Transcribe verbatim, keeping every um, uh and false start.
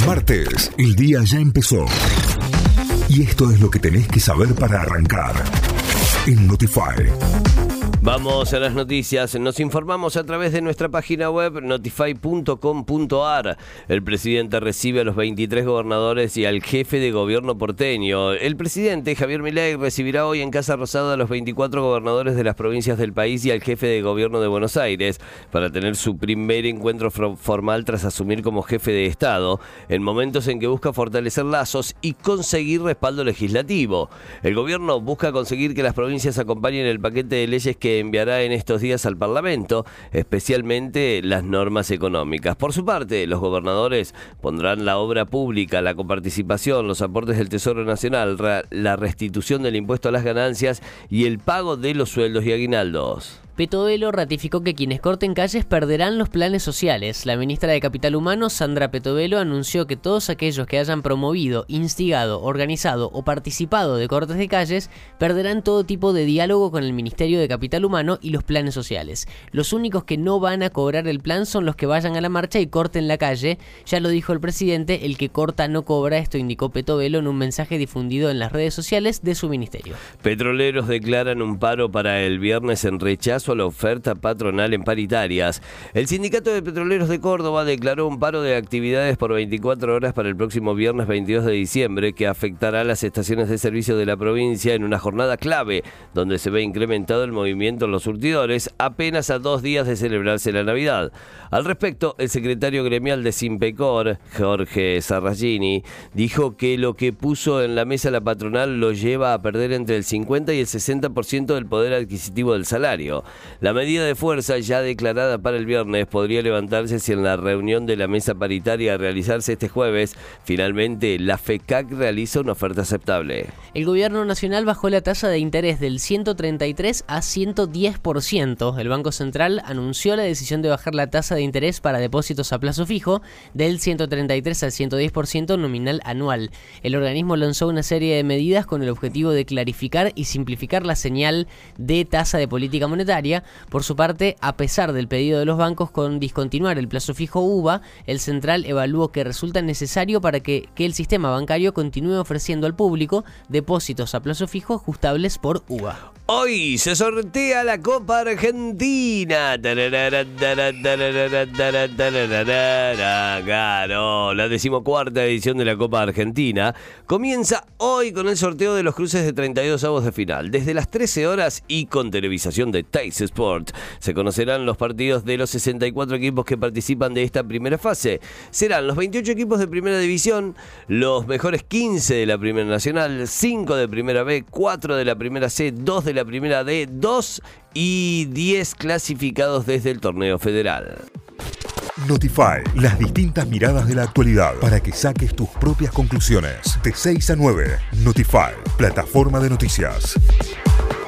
Martes, el día ya empezó. Y esto es lo que tenés que saber para arrancar en Notify. Vamos a las noticias. Nos informamos a través de nuestra página web notify punto com punto ar. El presidente recibe a los veintitrés gobernadores y al jefe de gobierno porteño. El presidente Javier Milei recibirá hoy en Casa Rosada a los veinticuatro gobernadores de las provincias del país y al jefe de gobierno de Buenos Aires para tener su primer encuentro formal tras asumir como jefe de Estado, en momentos en que busca fortalecer lazos y conseguir respaldo legislativo. El gobierno busca conseguir que las provincias acompañen el paquete de leyes que enviará en estos días al Parlamento, especialmente las normas económicas. Por su parte, los gobernadores pondrán la obra pública, la coparticipación, los aportes del Tesoro Nacional, la restitución del impuesto a las ganancias y el pago de los sueldos y aguinaldos. Petovello ratificó que quienes corten calles perderán los planes sociales. La ministra de Capital Humano, Sandra Petovello, anunció que todos aquellos que hayan promovido, instigado, organizado o participado de cortes de calles perderán todo tipo de diálogo con el Ministerio de Capital Humano y los planes sociales. Los únicos que no van a cobrar el plan son los que vayan a la marcha y corten la calle. Ya lo dijo el presidente, el que corta no cobra. Esto indicó Petovello en un mensaje difundido en las redes sociales de su ministerio. Petroleros declaran un paro para el viernes en rechazo a la oferta patronal en paritarias. El Sindicato de Petroleros de Córdoba declaró un paro de actividades por veinticuatro horas para el próximo viernes veintidós de diciembre que afectará a las estaciones de servicio de la provincia en una jornada clave donde se ve incrementado el movimiento en los surtidores apenas a dos días de celebrarse la Navidad. Al respecto, el secretario gremial de Simpecor, Jorge Sarragini, dijo que lo que puso en la mesa la patronal lo lleva a perder entre el cincuenta y el sesenta por ciento del poder adquisitivo del salario. La medida de fuerza ya declarada para el viernes podría levantarse si en la reunión de la mesa paritaria a realizarse este jueves, finalmente la FECAC realiza una oferta aceptable. El gobierno nacional bajó la tasa de interés del ciento treinta y tres a ciento diez por ciento. El Banco Central anunció la decisión de bajar la tasa de interés para depósitos a plazo fijo del ciento treinta y tres al ciento diez por ciento nominal anual. El organismo lanzó una serie de medidas con el objetivo de clarificar y simplificar la señal de tasa de política monetaria. Por su parte, a pesar del pedido de los bancos con discontinuar el plazo fijo U V A, el Central evaluó que resulta necesario para que, que el sistema bancario continúe ofreciendo al público depósitos a plazo fijo ajustables por U V A. Hoy se sortea la Copa Argentina. Claro, la decimocuarta edición de la Copa Argentina comienza hoy con el sorteo de los cruces de treinta y dos avos de final. Desde las trece horas y con televisación de Teis Sport se conocerán los partidos de los sesenta y cuatro equipos que participan de esta primera fase. Serán los veintiocho equipos de Primera División, los mejores quince de la Primera Nacional, cinco de Primera B, cuatro de la Primera C, dos de la Primera D, dos y diez clasificados desde el torneo federal. Notify, las distintas miradas de la actualidad para que saques tus propias conclusiones. De seis a nueve, Notify, plataforma de noticias.